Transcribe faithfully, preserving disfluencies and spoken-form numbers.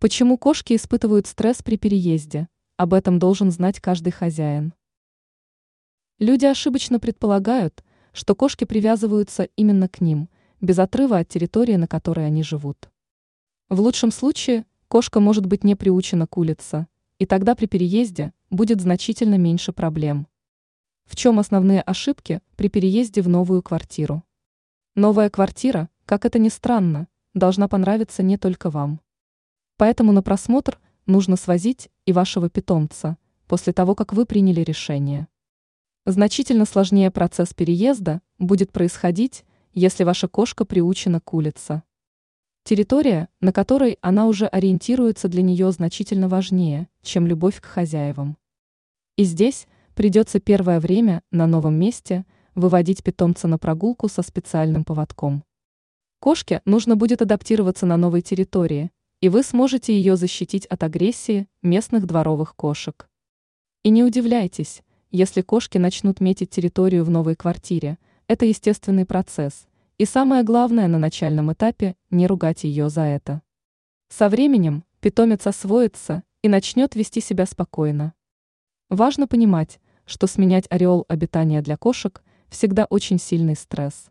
Почему кошки испытывают стресс при переезде? Об этом должен знать каждый хозяин. Люди ошибочно предполагают, что кошки привязываются именно к ним, без отрыва от территории, на которой они живут. В лучшем случае кошка может быть не приучена к улице, и тогда при переезде будет значительно меньше проблем. В чем основные ошибки при переезде в новую квартиру? Новая квартира, как это ни странно, должна понравиться не только вам. Поэтому на просмотр нужно свозить и вашего питомца после того, как вы приняли решение. Значительно сложнее процесс переезда будет происходить, если ваша кошка приучена к улице. Территория, на которой она уже ориентируется, для нее значительно важнее, чем любовь к хозяевам. И здесь придется первое время на новом месте выводить питомца на прогулку со специальным поводком. Кошке нужно будет адаптироваться на новой территории, и вы сможете ее защитить от агрессии местных дворовых кошек. И не удивляйтесь, если кошки начнут метить территорию в новой квартире, это естественный процесс, и самое главное на начальном этапе – не ругать ее за это. Со временем питомец освоится и начнет вести себя спокойно. Важно понимать, что сменять ореол обитания для кошек всегда очень сильный стресс.